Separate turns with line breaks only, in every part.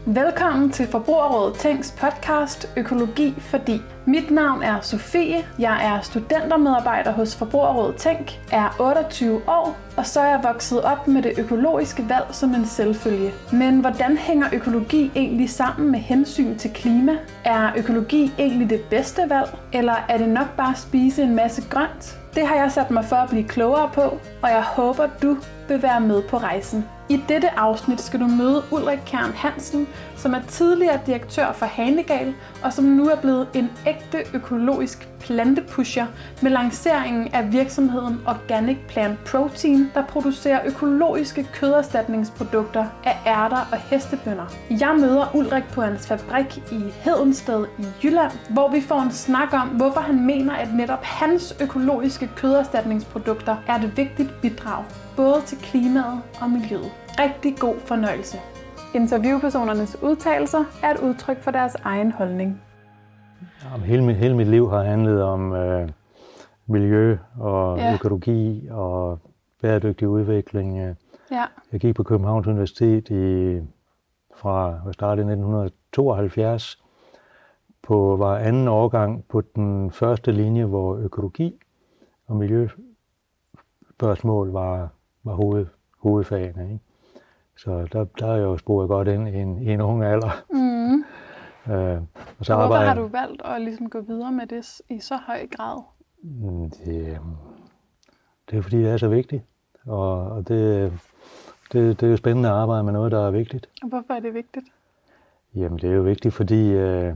Velkommen til Forbrugerrådet Tænks podcast Økologi Fordi. Mit navn er Sofie, jeg er studentermedarbejder hos Forbrugerrådet Tænk, er 28 år, og så er jeg vokset op med det økologiske valg som en selvfølge. Men hvordan hænger økologi egentlig sammen med hensyn til klima? Er økologi egentlig det bedste valg, eller er det nok bare at spise en masse grønt? Det har jeg sat mig for at blive klogere på, og jeg håber, du vil være med på rejsen. I dette afsnit skal du møde Ulrik Kjern Hansen, som er tidligere direktør for Hanegal, og som nu er blevet en ægte økologisk plantepusher med lanceringen af virksomheden Organic Plant Protein, der producerer økologiske køderstatningsprodukter af ærter og hestebønner. Jeg møder Ulrik på hans fabrik i Hedensted i Jylland, hvor vi får en snak om, hvorfor han mener, at netop hans økologiske køderstatningsprodukter er et vigtigt bidrag, både til klimaet og miljøet. Rigtig god fornøjelse. Interviewpersonernes udtalelser er et udtryk for deres egen holdning.
Hele mit liv har handlet om miljø og økologi og bæredygtig udvikling. Jeg gik på Københavns Universitet fra at starte i 1972 var anden årgang på den første linje, hvor økologi og miljøspørgsmål var hovedfagene. Ikke? Så der er jeg jo sporet godt ind i en ung alder.
Mm. Og så hvorfor har du valgt at ligesom gå videre med det i så høj grad?
Det er fordi, det er så vigtigt. Og det er jo spændende at arbejde med noget, der er vigtigt.
Og hvorfor er det vigtigt?
Jamen, det er jo vigtigt, fordi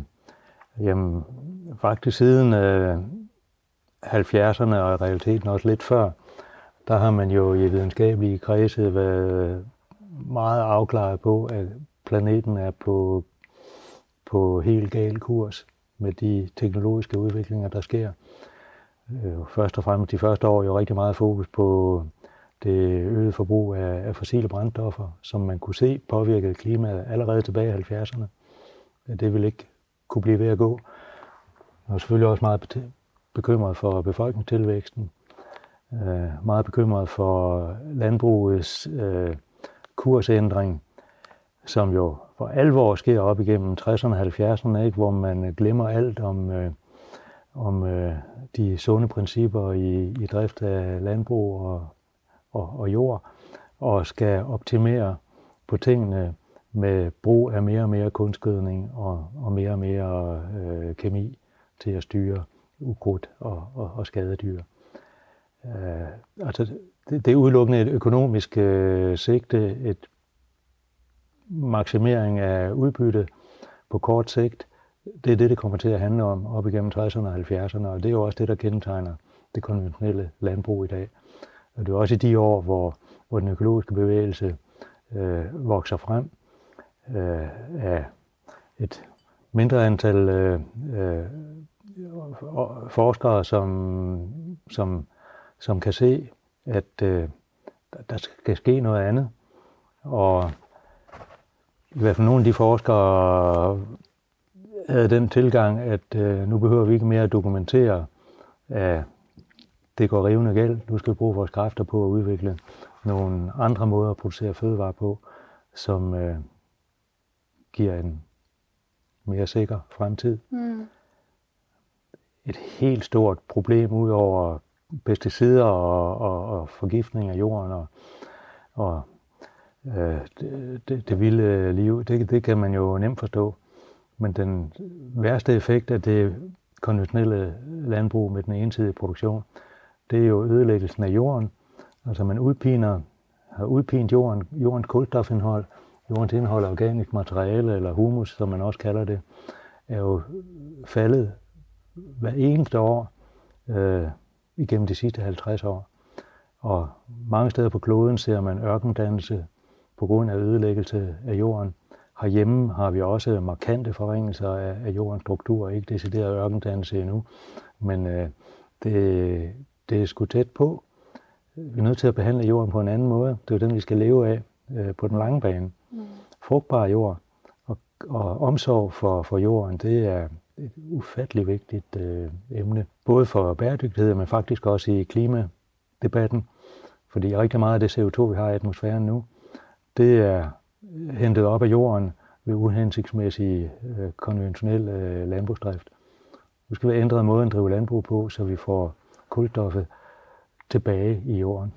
faktisk siden 70'erne og i realiteten også lidt før, der har man jo i videnskabelige kredse været meget afklaret på, at planeten er på helt gal kurs med de teknologiske udviklinger, der sker. Først og fremmest de første år jo rigtig meget fokus på det øgede forbrug af fossile brændstoffer, som man kunne se påvirkede klimaet allerede tilbage i 70'erne. Det ville ikke kunne blive ved at gå. Og selvfølgelig også meget bekymret for befolkningstilvæksten. Meget bekymret for landbrugets kursændring, som jo for alvor sker op igennem 60'erne og 70'erne, ikke? Hvor man glemmer alt om de sunde principper i drift af landbrug og jord, og skal optimere på tingene med brug af mere og mere kunstgødning og mere kemi til at styre ukrudt og skadedyr. Det er udelukkende et økonomisk sigte, et maksimering af udbytte på kort sigt. Det er det kommer til at handle om op igennem 60'erne og 70'erne, og det er jo også det, der kendetegner det konventionelle landbrug i dag. Og det er også i de år, hvor den økologiske bevægelse vokser frem af et mindre antal forskere, som kan se, at der skal ske noget andet. Og i hvert fald nogle af de forskere havde den tilgang, at nu behøver vi ikke mere at dokumentere, at det går rivende galt. Nu skal vi bruge vores kræfter på at udvikle nogle andre måder at producere fødevarer på, som giver en mere sikker fremtid. Mm. Et helt stort problem ud over pesticider og forgiftning af jorden og det vilde liv, det kan man jo nemt forstå. Men den værste effekt af det konventionelle landbrug med den ensidige produktion, det er jo ødelæggelsen af jorden. Altså man har udpint jordens kulstofindhold, jordens indhold af organisk materiale eller humus, som man også kalder det, er jo faldet hver eneste år igennem de sidste 50 år. Og mange steder på kloden ser man ørkendannelse på grund af ødelæggelse af jorden. Herhjemme har vi også markante forringelser af jordens struktur, ikke decideret ørkendannelse endnu, men det er sgu tæt på. Vi er nødt til at behandle jorden på en anden måde. Det er jo den, vi skal leve af på den lange bane. Frugtbar jord og omsorg for jorden, det er et ufattelig vigtigt emne. Både for bæredygtighed, men faktisk også i klimadebatten. Fordi rigtig meget af det CO2, vi har i atmosfæren nu, det er hentet op af jorden ved uhensigtsmæssig konventionel landbrugsdrift. Nu skal vi ændre måden at drive landbrug på, så vi får kulstoffet tilbage i jorden.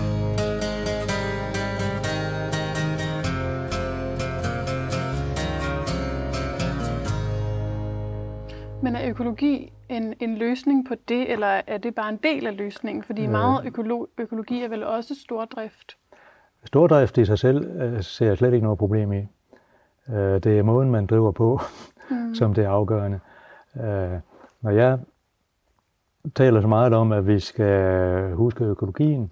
Men er økologi en løsning på det, eller er det bare en del af løsningen? Fordi meget økologi er vel også stordrift?
Stordrift i sig selv ser jeg slet ikke noget problem i. Det er måden, man driver på, som det er afgørende. Når jeg taler så meget om, at vi skal huske økologien,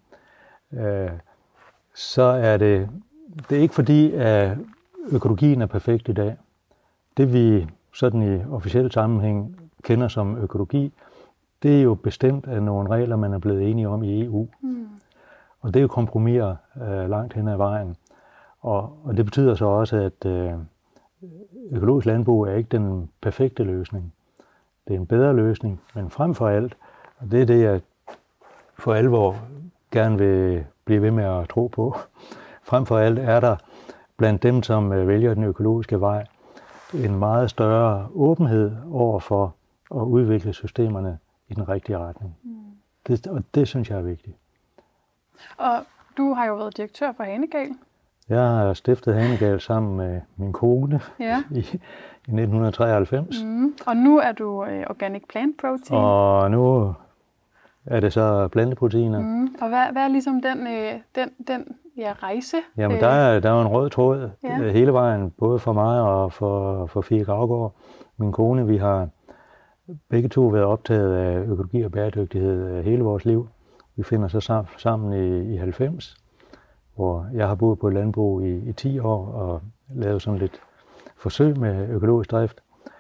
så er det er ikke fordi, at økologien er perfekt i dag. Det vi sådan i officiel sammenhæng kender som økologi, det er jo bestemt af nogle regler, man er blevet enige om i EU. Og det er jo kompromiser langt hen ad vejen. Og det betyder så også, at økologisk landbrug er ikke den perfekte løsning. Det er en bedre løsning, men frem for alt, og det er det, jeg for alvor gerne vil blive ved med at tro på, frem for alt er der blandt dem, som vælger den økologiske vej, en meget større åbenhed over for at udvikle systemerne i den rigtige retning. Og det synes jeg er vigtigt.
Og du har jo været direktør for Hanegal.
Jeg har stiftet Hanegal sammen med min kone i 1993.
Og nu er du Organic Plant Protein.
Og nu er det så planteproteiner.
Og hvad er ligesom den rejse?
Jamen, der er jo en rød tråd hele vejen, både for mig og for Fie Gravgaard. Min kone, vi har begge to været optaget af økologi og bæredygtighed hele vores liv. Vi finder så sammen i 90, hvor jeg har boet på et landbrug i 10 år og lavet sådan lidt forsøg med økologisk drift.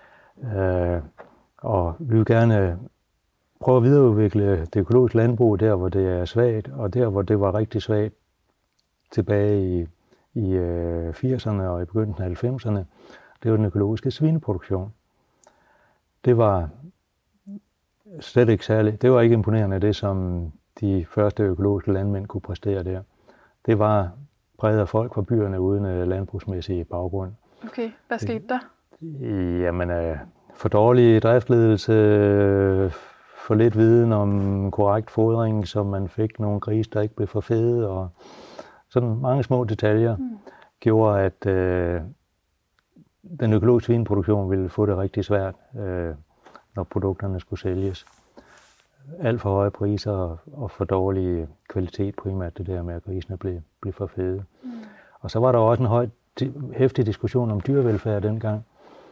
Og vi vil gerne prøve at videreudvikle det økologiske landbrug der, hvor det er svagt, og der, hvor det var rigtig svagt tilbage i 80'erne og i begyndelsen af 90'erne, det var den økologiske svineproduktion. Det var slet ikke særligt. Det var ikke imponerende, det som de første økologiske landmænd kunne præstere der. Det var præget af folk fra byerne uden landbrugsmæssig baggrund.
Okay, hvad skete der?
Jamen, for dårlig driftsledelse, for lidt viden om korrekt fodring, så man fik nogle grise, der ikke blev for fede, og sådan mange små detaljer gjorde, at den økologiske svineproduktion ville få det rigtig svært, når produkterne skulle sælges. Alt for høje priser og for dårlig kvalitet, primært det der med, at grisene blev for fede. Og så var der også en heftig diskussion om dyrevelfærd dengang.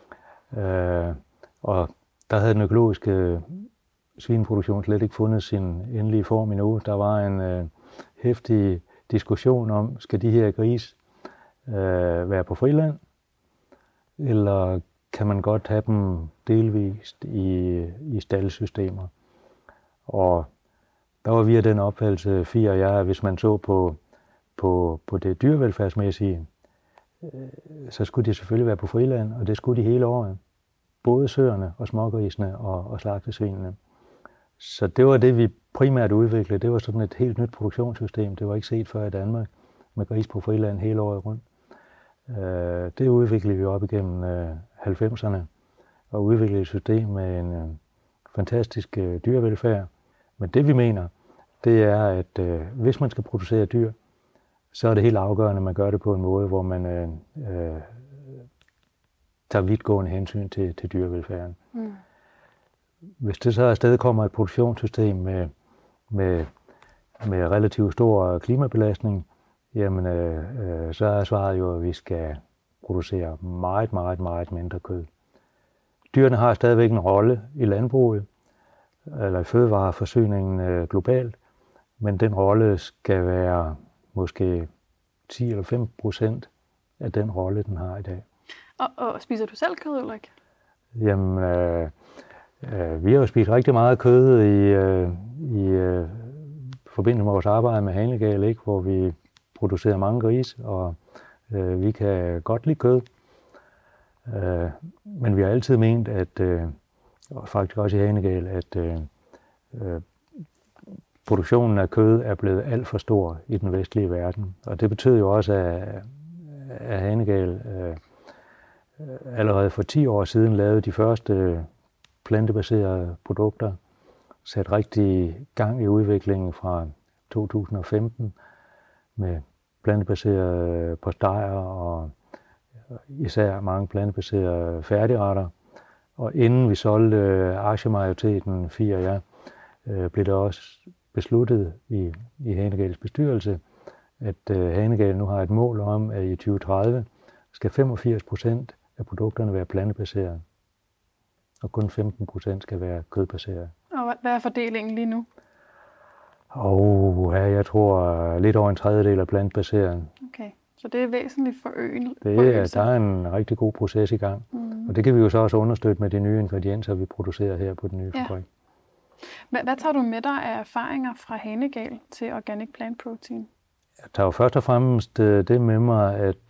Og der havde den økologiske svineproduktion slet ikke fundet sin endelige form endnu. Der var en heftig diskussion om, skal de her grise være på friland, eller kan man godt have dem delvist i staldsystemer. Og der var vi af den opfattelse, Fie og jeg, at hvis man så på det dyrevelfærdsmæssige, så skulle de selvfølgelig være på friland, og det skulle de hele året. Både søerne og smågrisene og slagtesvinene. Så det var det, vi primært udviklede. Det var sådan et helt nyt produktionssystem. Det var ikke set før i Danmark med gris på friland hele året rundt. Det udviklede vi op igennem 90'erne og udviklede et system med en fantastisk dyrevelfærd. Men det vi mener, det er, at hvis man skal producere dyr, så er det helt afgørende, at man gør det på en måde, hvor man tager vidtgående hensyn til dyrevelfærden. Hvis det så afsted kommer et produktionssystem med relativt stor klimabelastning, jamen så er svaret jo, at vi skal producere meget, meget, meget mindre kød. Dyrene har stadigvæk en rolle i landbruget, eller i fødevareforsyningen globalt, men den rolle skal være måske 10 eller 15% af den rolle, den har i dag.
Og spiser du selv kød, eller ikke?
Jamen, vi har jo spist rigtig meget kød i forbindelse med vores arbejde med Hanegal, ikke? Hvor vi producerer mange grise, og vi kan godt lide kød. Men vi har altid ment, og faktisk også i Hanegal, at produktionen af kød er blevet alt for stor i den vestlige verden. Og det betød jo også, at Hanegal allerede for 10 år siden lavede de første plantebaserede produkter, sat rigtig gang i udviklingen fra 2015 med plantebaserede postejer og især mange plantebaserede færdigretter. Og inden vi solgte aktiemajoriteten, Fie og jeg, blev det også besluttet i Hanegals bestyrelse, at Hanegal nu har et mål om, at i 2030 skal 85% af produkterne være plantebaserede, og kun 15% skal være kødbaserede.
Og hvad er fordelingen lige nu?
Jeg tror lidt over en tredjedel er plantebaseret.
Okay, så det er væsentligt forøgelse.
Der er en rigtig god proces i gang, og det kan vi jo så også understøtte med de nye ingredienser, vi producerer her på den nye fabrik.
Hvad tager du med dig af erfaringer fra Hanegal til Organic Plant Protein?
Jeg tager jo først og fremmest det med mig, at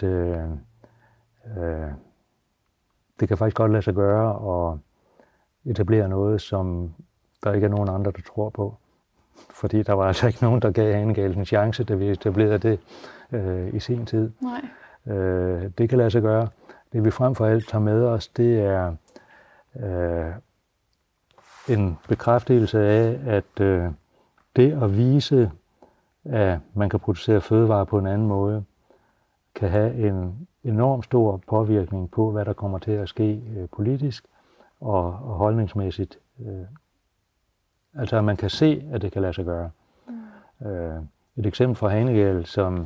det kan faktisk godt lade sig gøre at etablere noget, som der ikke er nogen andre, der tror på. Fordi der var altså ikke nogen, der gav Hanegal en chance, da vi etablerede det i sin tid.
Nej.
Det kan lade sig gøre. Det vi frem for alt tager med os, det er en bekræftelse af, at det at vise, at man kan producere fødevarer på en anden måde, kan have en enormt stor påvirkning på, hvad der kommer til at ske politisk og holdningsmæssigt. Altså at man kan se, at det kan lade sig gøre. Et eksempel fra Hanegal, som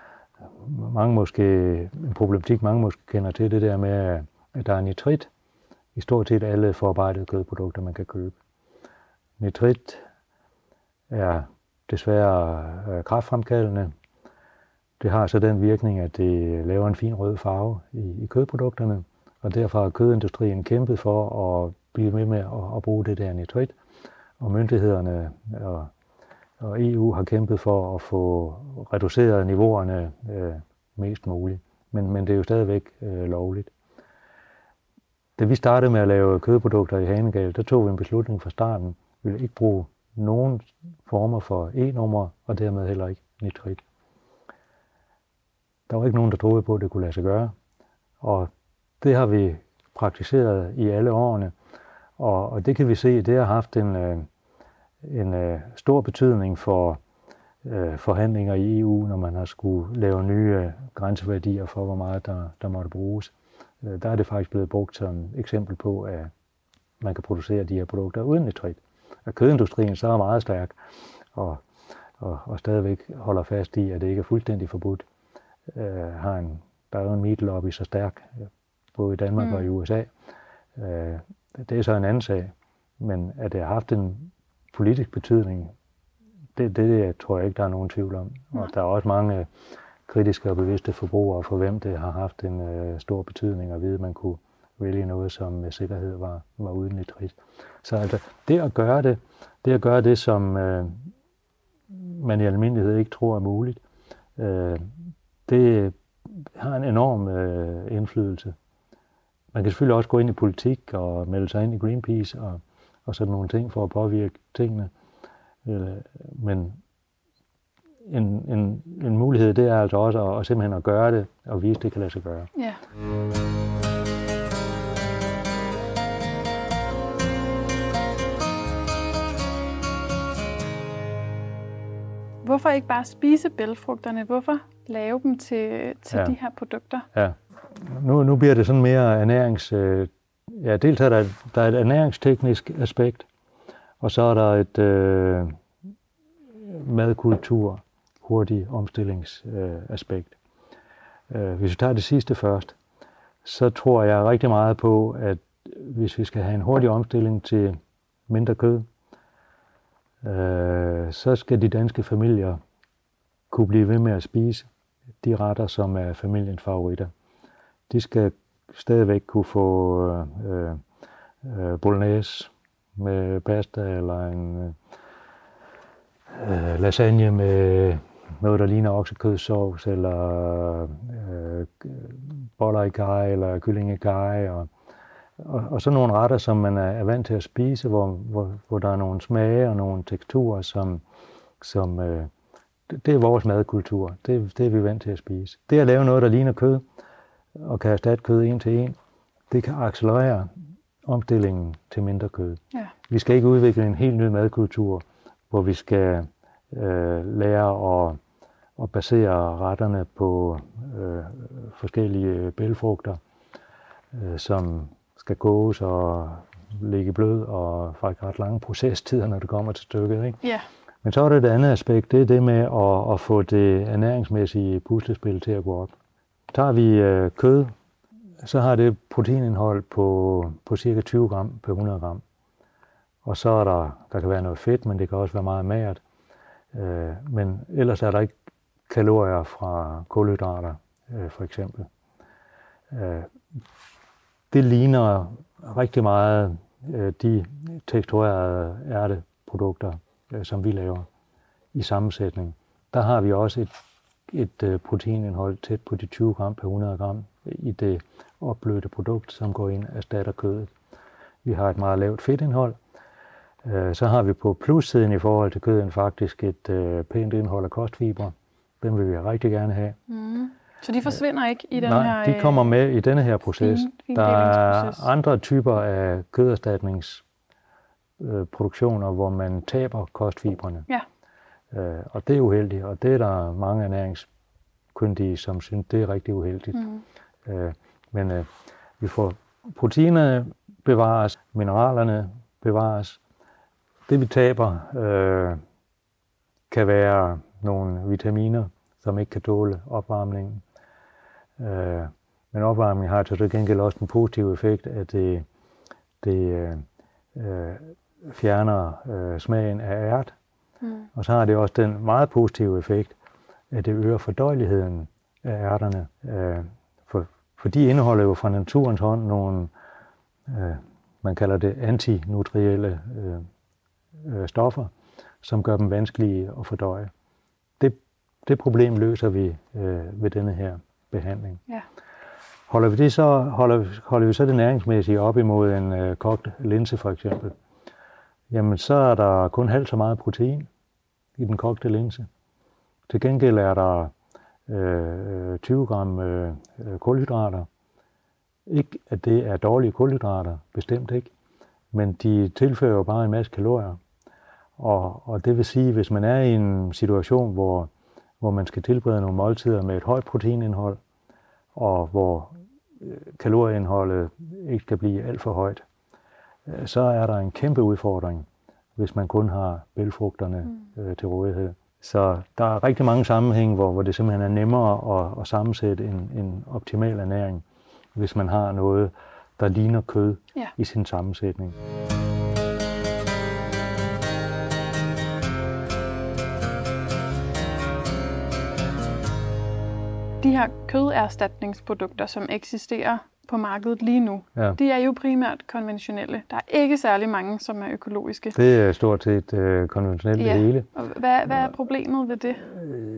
en problematik mange måske kender til, det der med, at der er nitrit i stort set alle forarbejdede kødprodukter, man kan købe. Nitrit er desværre kræftfremkaldende. Det har så den virkning, at det laver en fin rød farve i kødprodukterne, og derfor har kødindustrien kæmpet for at blive ved med at bruge det der nitrit. Og myndighederne og EU har kæmpet for at få reduceret niveauerne mest muligt. Men det er jo stadigvæk lovligt. Da vi startede med at lave kødprodukter i Hanegal, der tog vi en beslutning fra starten. Vi ville ikke bruge nogen former for E-nummer, og dermed heller ikke nitrit. Der var ikke nogen, der troede på, at det kunne lade sig gøre. Og det har vi praktiseret i alle årene. Og det kan vi se, det har haft en stor betydning for forhandlinger i EU, når man har skulle lave nye grænseværdier for, hvor meget der måtte bruges. Der er det faktisk blevet brugt som eksempel på, at man kan producere de her produkter uden nitrit. Og kødindustrien så er meget stærk og stadigvæk holder fast i, at det ikke er fuldstændig forbudt. Der er jo en meat lobby så stærk, både i Danmark og i USA. Det er så en anden sag, men at det har haft en politisk betydning, det tror jeg ikke, der er nogen tvivl om. Og der er også mange kritiske og bevidste forbrugere, for hvem det har haft en stor betydning at vide, at man kunne vælge noget, som med sikkerhed var uden nitrit. Så altså, det at gøre det, som man i almindelighed ikke tror er muligt, det har en enorm indflydelse. Man kan selvfølgelig også gå ind i politik og melde sig ind i Greenpeace og sådan nogle ting for at påvirke tingene. Men en mulighed, det er altså også at simpelthen at gøre det og vise, det kan lade sig gøre.
Ja. Hvorfor ikke bare spise bælgfrugterne? Hvorfor lave dem til de her produkter?
Ja. Nu bliver det sådan mere dels er der et ernæringsteknisk aspekt, og så er der et madkultur, hurtig omstillingsaspekt. Hvis vi tager det sidste først, så tror jeg rigtig meget på, at hvis vi skal have en hurtig omstilling til mindre kød, så skal de danske familier kunne blive ved med at spise de retter, som er familiens favoritter. De skal stadigvæk kunne få bolognese med pasta, eller en lasagne med noget, der ligner oksekødsovs, eller boller i karry, eller kylling i karry, og så nogle retter, som man er vant til at spise, hvor der er nogle smage og nogle teksturer, som det er vores madkultur. Det er vi vant til at spise. Det at lave noget, der ligner kød, og kan erstatte kød en til en, det kan accelerere omstillingen til mindre kød.
Ja.
Vi skal ikke udvikle en helt ny madkultur, hvor vi skal lære at basere retterne på forskellige bælgfrugter, som skal koges og ligge blød og faktisk ret lange procestider, når det kommer til stykket. Ikke?
Ja.
Men så er det et andet aspekt, det er det med at få det ernæringsmæssige puslespil til at gå op. Tager vi kød, så har det proteinindhold på cirka 20 gram per 100 gram. Og så er der kan være noget fedt, men det kan også være meget magert. Men ellers er der ikke kalorier fra kulhydrater, for eksempel. Det ligner rigtig meget de teksturerede ærteprodukter, som vi laver i sammensætning. Der har vi også et proteinindhold tæt på de 20 gram per 100 gram i det opblødte produkt, som går ind og erstatter kødet. Vi har et meget lavt fedtindhold. Så har vi på plussiden i forhold til køden faktisk et pænt indhold af kostfibre. Dem vil vi rigtig gerne have.
Mm. Så de forsvinder ikke i den
her...
Nej,
de kommer med i denne her proces. Der er andre typer af køderstatningsproduktioner, hvor man taber kostfibrene.
Ja.
Og det er uheldigt, og det er der mange ernæringskyndige, som synes, det er rigtig uheldigt. Mm. Men vi får proteinerne bevares, mineralerne bevares. Det vi taber kan være nogle vitaminer, som ikke kan tåle opvarmningen. Men opvarmningen har til gengæld også en positiv effekt, at det fjerner smagen af ært. Mm. Og så har det også den meget positive effekt, at det øger fordøjeligheden af ærterne. For de indeholder jo fra naturens hånd nogle, man kalder det antinutrielle stoffer, som gør dem vanskelige at fordøje. Det problem løser vi ved denne her behandling.
Ja.
Holder vi så det næringsmæssige op imod en kogt linse for eksempel, jamen så er der kun halvt så meget protein i den kogte linse. Til gengæld er der 20 gram kulhydrater. Ikke at det er dårlige kulhydrater, bestemt ikke, men de tilfører jo bare en masse kalorier. Og det vil sige, hvis man er i en situation, hvor man skal tilberede nogle måltider med et højt proteinindhold, og hvor kalorieindholdet ikke skal blive alt for højt, så er der en kæmpe udfordring, hvis man kun har bælgfrugterne til rådighed. Så der er rigtig mange sammenhænge, hvor det simpelthen er nemmere at sammensætte en optimal ernæring, hvis man har noget, der ligner kød i sin sammensætning.
De her køderstatningsprodukter, som eksisterer på markedet lige nu, de er jo primært konventionelle. Der er ikke særlig mange, som er økologiske.
Det er stort set konventionelt det hele.
Og hvad er problemet ved det?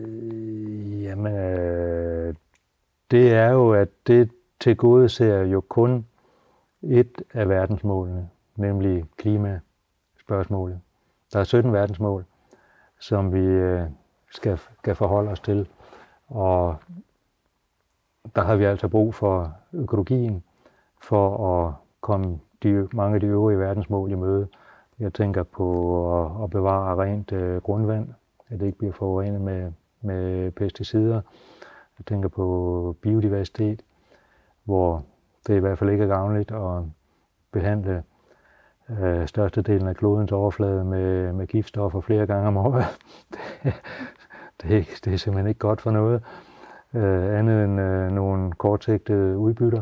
Det er jo, at det tilgodeser jo kun et af verdensmålene, nemlig klimaspørgsmålet. Der er 17 verdensmål, som vi skal forholde os til, og der har vi altså brug for økologien for at komme mange af de øvrige verdensmål i møde. Jeg tænker på at bevare rent grundvand, at det ikke bliver forurenet med pesticider. Jeg tænker på biodiversitet, hvor det i hvert fald ikke er gavnligt at behandle størstedelen af klodens overflade med giftstoffer flere gange om året. Det er simpelthen ikke godt for noget, andet end nogle kortsigtede udbytter.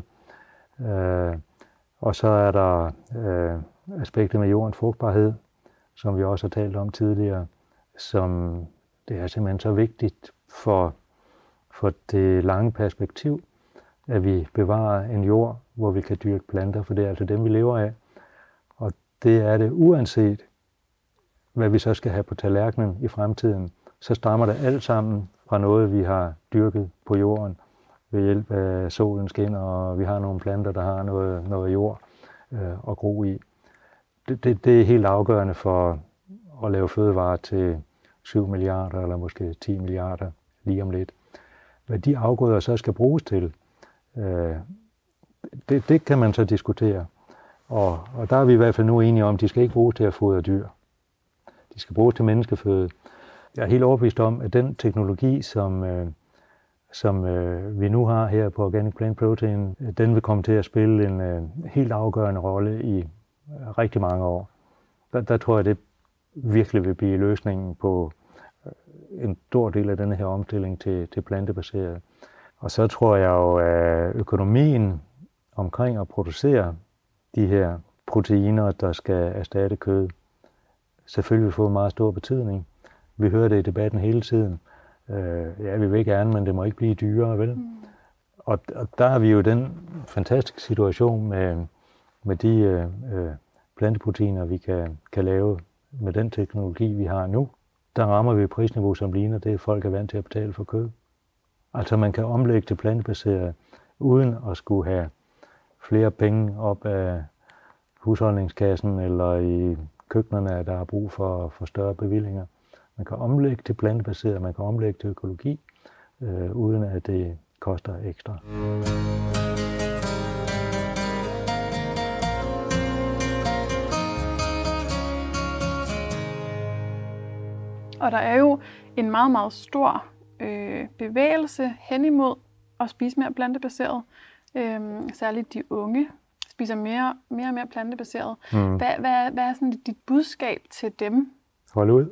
Og så er der aspektet med jordens frugtbarhed, som vi også har talt om tidligere, som det er simpelthen så vigtigt for det lange perspektiv, at vi bevarer en jord, hvor vi kan dyrke planter, for det er altså dem, vi lever af. Og det er det uanset, hvad vi så skal have på tallerkenen i fremtiden, så stammer det alt sammen fra noget, vi har dyrket på jorden ved hjælp af solens skin, og vi har nogle planter, der har noget jord at gro i. Det er helt afgørende for at lave fødevarer til 7 milliarder eller måske 10 milliarder lige om lidt. Hvad de afgrøder så skal bruges til, det kan man så diskutere. Og der er vi i hvert fald nu enige om, at de skal ikke bruges til at fodre dyr. De skal bruges til menneskeføde. Jeg er helt overbevist om, at den teknologi, som vi nu har her på Organic Plant Protein, den vil komme til at spille en helt afgørende rolle i rigtig mange år. Der tror jeg, det virkelig vil blive løsningen på en stor del af denne her omstilling til plantebaseret. Og så tror jeg jo, at økonomien omkring at producere de her proteiner, der skal erstatte kød, selvfølgelig får meget stor betydning. Vi hører det i debatten hele tiden. Ja, vi vil gerne, men det må ikke blive dyrere, vel? Og der har vi jo den fantastiske situation med de planteproteiner, vi kan lave med den teknologi, vi har nu. Der rammer vi et prisniveau, som ligner det, folk er vant til at betale for kød. Altså man kan omlægge til plantebaseret, uden at skulle have flere penge op af husholdningskassen eller i køkkenerne, der har brug for større bevillinger. Man kan omlægge til plantebaseret, man kan omlægge til økologi, uden at det koster ekstra.
Og der er jo en meget, meget stor bevægelse hen imod at spise mere plantebaseret. Særligt de unge spiser mere og mere plantebaseret. Hvad er sådan dit budskab til dem?
Hold ud.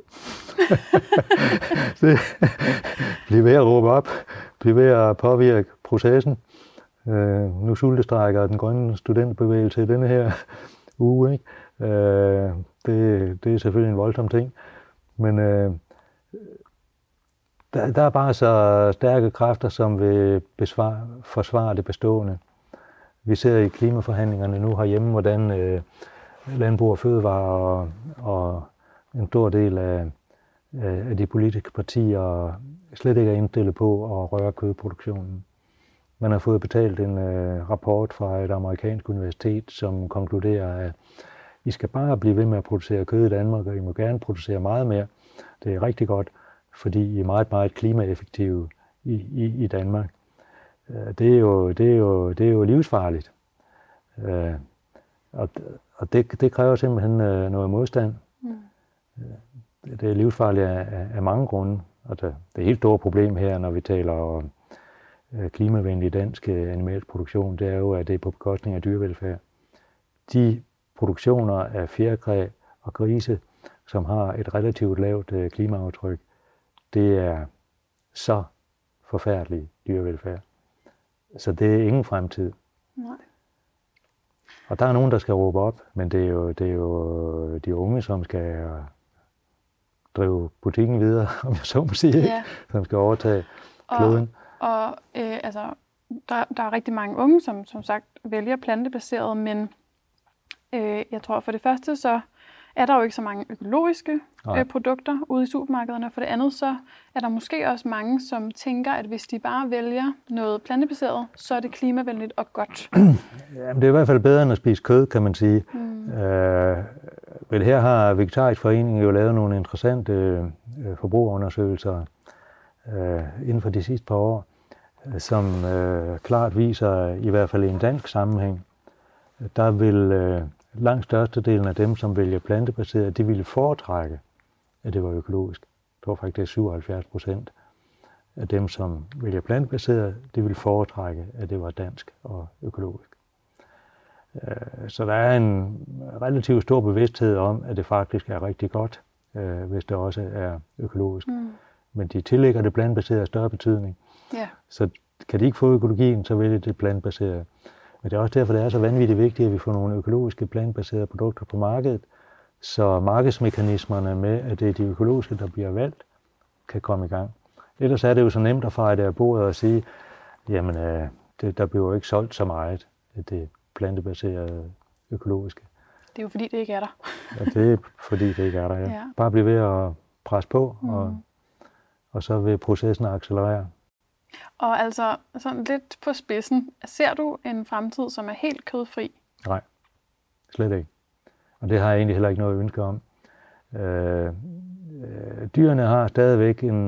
Bliv ved at råbe op. Bliv ved at påvirke processen. Nu sultestrækker den grønne studenterbevægelse i denne her uge. Ikke? Det er selvfølgelig en voldsom ting. Men der er bare så stærke kræfter, som vil forsvare det bestående. Vi ser i klimaforhandlingerne nu herhjemme, hvordan landbrug og fødevare og en stor del af de politiske partier slet ikke er indstillet på at røre kødproduktionen. Man har fået betalt en rapport fra et amerikansk universitet, som konkluderer, at I skal bare blive ved med at producere kød i Danmark, og I må gerne producere meget mere. Det er rigtig godt, fordi I er meget, meget klimaeffektive i Danmark. Det er jo livsfarligt. Og det kræver simpelthen noget modstand. Det er livsfarligt af mange grunde. Og det helt store problem her, når vi taler om klimavenlig dansk animalsk produktion, det er jo, at det er på bekostning af dyrevelfærd. De produktioner af fjerkræ og grise, som har et relativt lavt klimaaftryk, det er så forfærdelig dyrevelfærd. Så det er ingen fremtid.
Nej.
Og der er nogen, der skal råbe op, men det er jo de unge, som skal drive butikken videre, om jeg så må sige, ja. Som skal overtage kloden.
Og der er rigtig mange unge, som sagt vælger plantebaseret, men jeg tror for det første, så er der jo ikke så mange økologiske produkter ude i supermarkederne. For det andet, så er der måske også mange, som tænker, at hvis de bare vælger noget plantebaseret, så er det klimavenligt og godt.
Jamen, det er i hvert fald bedre end at spise kød, kan man sige. Men her har Vegetarisk Forening jo lavet nogle interessante forbrugerundersøgelser inden for de sidste par år, som klart viser, i hvert fald i en dansk sammenhæng, der vil langt størstedelen af dem, som vælger plantebaseret, de ville foretrække, at det var økologisk. Det var faktisk 77% af dem, som vælger plantebaseret, de ville foretrække, at det var dansk og økologisk. Så der er en relativt stor bevidsthed om, at det faktisk er rigtig godt, hvis det også er økologisk. Men de tillægger det plantbaserede større betydning. Yeah. Så kan de ikke få økologien, så vælger det plantbaserede. Men det er også derfor, det er så vanvittigt vigtigt, at vi får nogle økologiske plantbaserede produkter på markedet, så markedsmekanismerne med, at det er de økologiske, der bliver valgt, kan komme i gang. Ellers er det jo så nemt at fejre det af bordet og sige, jamen der bliver jo ikke solgt så meget af det plantebaserede økologiske.
Det er jo fordi, det ikke er der.
Ja, det er fordi, det ikke er der, ja. Bare blive ved at presse på, og så vil processen accelerere.
Og altså sådan lidt på spidsen, ser du en fremtid, som er helt kødfri?
Nej, slet ikke. Og det har jeg egentlig heller ikke noget ønske om. Dyrene har stadigvæk en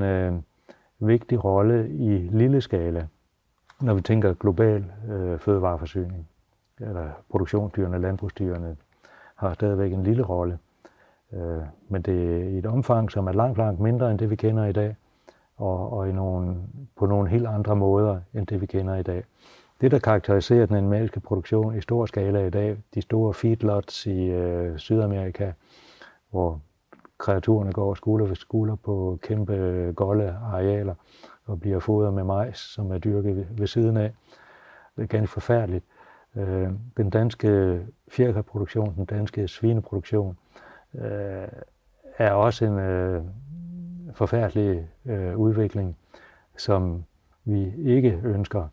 vigtig rolle i lille skala, når vi tænker global fødevareforsyning. eller produktionsdyrene, landbrugsdyrene, har stadigvæk en lille rolle. Men det er i et omfang, som er langt, langt mindre end det, vi kender i dag, og på nogle helt andre måder, end det, vi kender i dag. Det, der karakteriserer den animalske produktion i stor skala i dag, de store feedlots i Sydamerika, hvor kreaturerne går skulder ved skulder på kæmpe golde arealer og bliver fodret med majs, som er dyrket ved siden af. Det er ganske forfærdeligt. Den danske fjerkræproduktion, den danske svineproduktion, er også en forfærdelig udvikling, som vi ikke ønsker.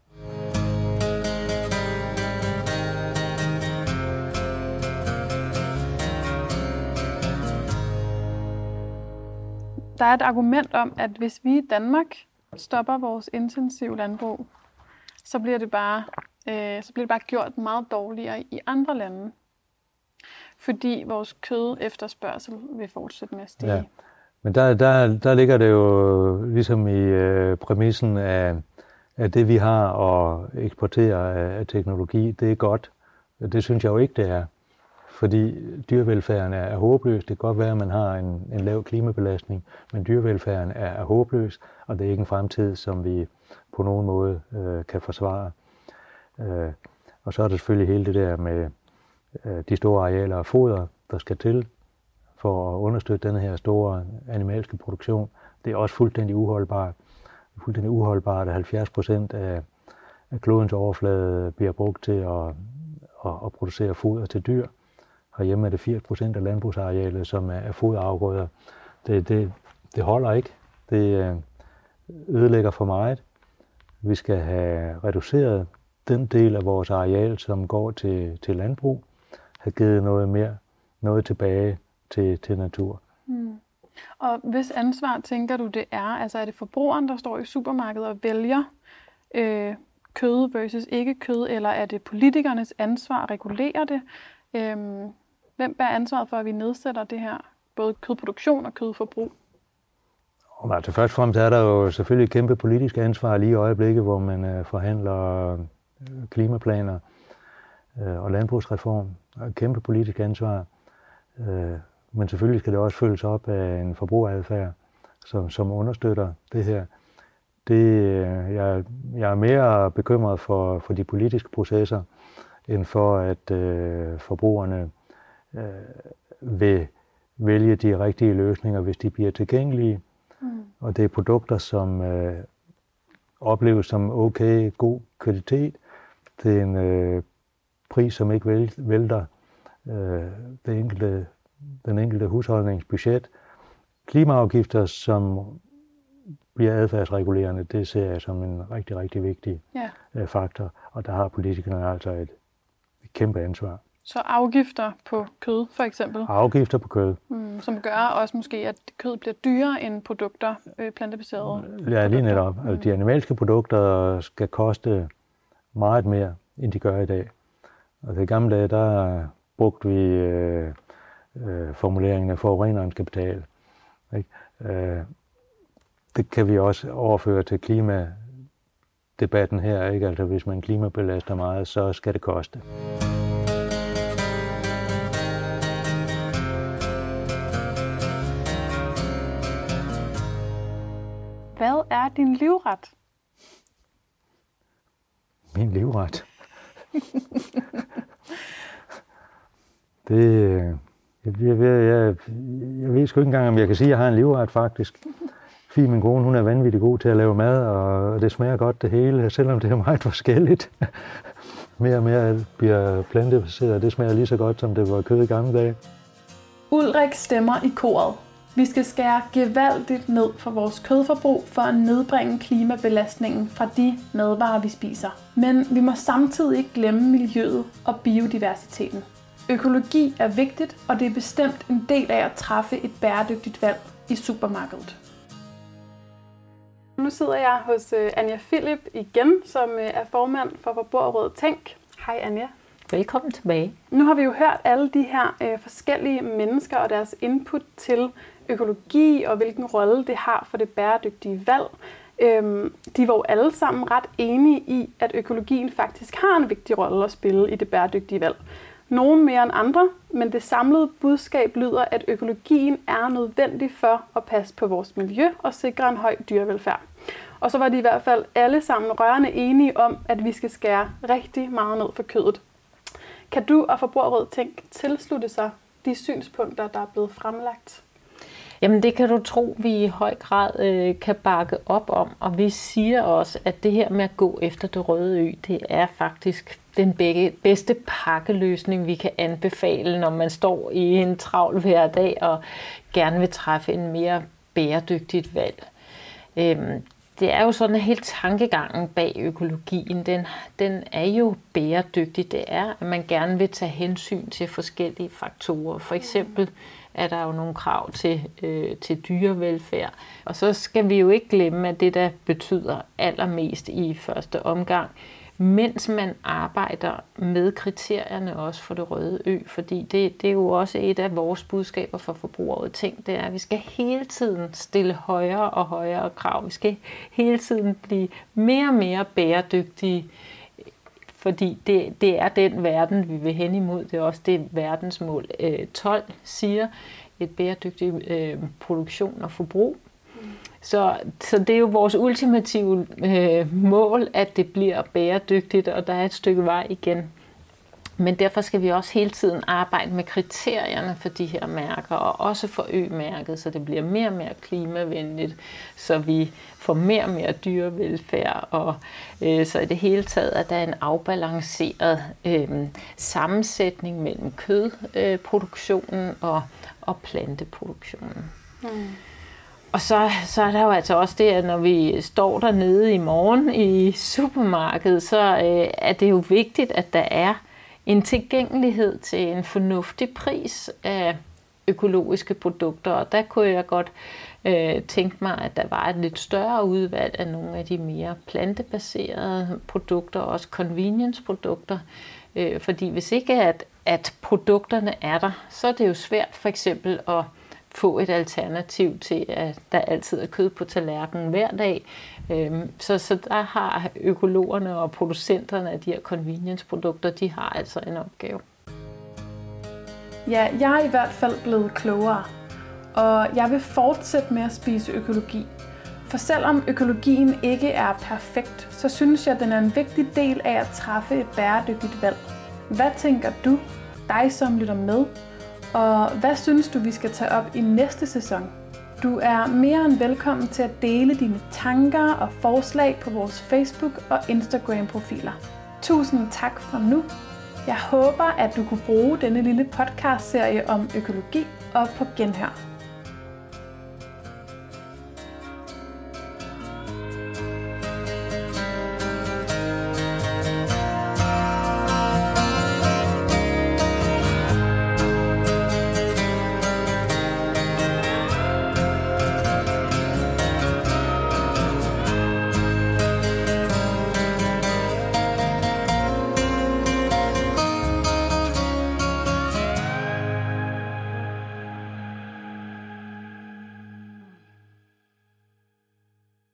Der er et argument om, at hvis vi i Danmark stopper vores intensive landbrug, så bliver det bare gjort meget dårligere i andre lande. Fordi vores kød efterspørgsel vil fortsætte med at stige. Ja.
Men der ligger det jo ligesom i præmissen af det, vi har at eksportere af teknologi, det er godt. Det synes jeg jo ikke, det er. Fordi dyrevelfærden er håbløs. Det kan godt være, at man har en lav klimabelastning, men dyrevelfærden er håbløs, og det er ikke en fremtid, som vi på nogen måde kan forsvare. Og så er der selvfølgelig hele det der med de store arealer af foder, der skal til for at understøtte denne her store animalske produktion. Det er også fuldstændig uholdbart. Det er fuldstændig uholdbart, at 70% af klodens overflade bliver brugt til at producere foder til dyr. Herhjemme er det 80% af landbrugsarealet, som er foderafgrøder. Det holder ikke. Det ødelægger for meget. Vi skal have reduceret den del af vores areal, som går til landbrug, have givet noget tilbage til natur.
Mm. Og hvis ansvar tænker du det er? Altså er det forbrugeren, der står i supermarkedet og vælger kød versus ikke kød, eller er det politikernes ansvar at regulere det? Hvem bærer ansvaret for, at vi nedsætter det her, både kødproduktion og kødforbrug?
Altså først og fremmest er der jo selvfølgelig et kæmpe politisk ansvar lige i øjeblikket, hvor man forhandler klimaplaner og landbrugsreform. Et kæmpe politisk ansvar. Men selvfølgelig skal det også følges op af en forbrugeradfærd, som understøtter det her. Jeg er mere bekymret for de politiske processer, end for at forbrugerne vil vælge de rigtige løsninger, hvis de bliver tilgængelige. Mm. Og det er produkter, som opleves som okay, god kvalitet. Det er en pris, som ikke vælter den enkelte husholdningsbudget. Klimaafgifter, som bliver adfærdsregulerende, det ser jeg som en rigtig, rigtig vigtig faktor. Og der har politikerne altså et kæmpe ansvar.
Så afgifter på kød, for eksempel?
Afgifter på kød.
Som gør også måske, at kød bliver dyrere end produkter, plantebaserede.
Ja, lige netop. Altså, de animalske produkter skal koste meget mere, end de gør i dag. Og i gamle dage, der brugte vi formuleringen af forureneren skal betale. Det kan vi også overføre til klimadebatten her. Ikke? Altså, hvis man klimabelaster meget, så skal det koste.
Hvad er din livret?
Min livret? Jeg ved sgu ikke engang, om jeg kan sige, at jeg har en livret faktisk. Fie, min kone, hun er vanvittig god til at lave mad, og det smager godt det hele, selvom det er meget forskelligt. Mere og mere bliver plantebaseret, det smager lige så godt, som det var kød i gamle dage.
Ulrik stemmer i koret. Vi skal skære gevaldigt ned for vores kødforbrug for at nedbringe klimabelastningen fra de madvarer, vi spiser. Men vi må samtidig ikke glemme miljøet og biodiversiteten. Økologi er vigtigt, og det er bestemt en del af at træffe et bæredygtigt valg i supermarkedet. Nu sidder jeg hos Anja Philip igen, som er formand for Forbrugerrådet Tænk. Hej Anja.
Velkommen tilbage.
Nu har vi jo hørt alle de her forskellige mennesker og deres input til økologi og hvilken rolle det har for det bæredygtige valg. De var jo alle sammen ret enige i, at økologien faktisk har en vigtig rolle at spille i det bæredygtige valg. Nogle mere end andre, men det samlede budskab lyder, at økologien er nødvendig for at passe på vores miljø og sikre en høj dyrevelfærd. Og så var de i hvert fald alle sammen rørende enige om, at vi skal skære rigtig meget ned for kødet. Kan du og Forbrugerrådet Tænk tilslutte sig de synspunkter, der er blevet fremlagt?
Jamen det kan du tro, vi i høj grad kan bakke op om, og vi siger også, at det her med at gå efter det røde ø, det er faktisk den bedste pakkeløsning, vi kan anbefale, når man står i en travl hverdag og gerne vil træffe en mere bæredygtigt valg. Det er jo sådan, at hele tankegangen bag økologien, den er jo bæredygtig. Det er, at man gerne vil tage hensyn til forskellige faktorer. For eksempel er der jo nogle krav til dyrevelfærd. Og så skal vi jo ikke glemme, at det, der betyder allermest i første omgang, mens man arbejder med kriterierne også for det røde ø, fordi det er jo også et af vores budskaber for Forbrugerrådet Tænk, det er, at vi skal hele tiden stille højere og højere krav. Vi skal hele tiden blive mere og mere bæredygtige, fordi det er den verden, vi vil hen imod. Det er også det verdensmål 12 siger, et bæredygtigt produktion og forbrug. Så det er jo vores ultimative mål, at det bliver bæredygtigt, og der er et stykke vej igen. Men derfor skal vi også hele tiden arbejde med kriterierne for de her mærker, og også for ø-mærket, så det bliver mere og mere klimavenligt, så vi får mere og mere dyrevelfærd, og så i det hele taget, at der er en afbalanceret sammensætning mellem kødproduktionen og planteproduktionen. Og så er der jo altså også det, at når vi står dernede i morgen i supermarkedet, så er det jo vigtigt, at der er en tilgængelighed til en fornuftig pris af økologiske produkter. Og der kunne jeg godt tænke mig, at der var et lidt større udvalg af nogle af de mere plantebaserede produkter, også convenience-produkter. Fordi hvis ikke at produkterne er der, så er det jo svært for eksempel at få et alternativ til, at der altid er kød på tallerkenen hver dag. Så der har økologerne og producenterne af de her convenience-produkter, de har altså en opgave.
Ja, jeg er i hvert fald blevet klogere, og jeg vil fortsætte med at spise økologi. For selvom økologien ikke er perfekt, så synes jeg, at den er en vigtig del af at træffe et bæredygtigt valg. Hvad tænker du, dig som lytter med? Og hvad synes du, vi skal tage op i næste sæson? Du er mere end velkommen til at dele dine tanker og forslag på vores Facebook- og Instagram-profiler. Tusind tak for nu. Jeg håber, at du kunne bruge denne lille podcast-serie om økologi og på genhør.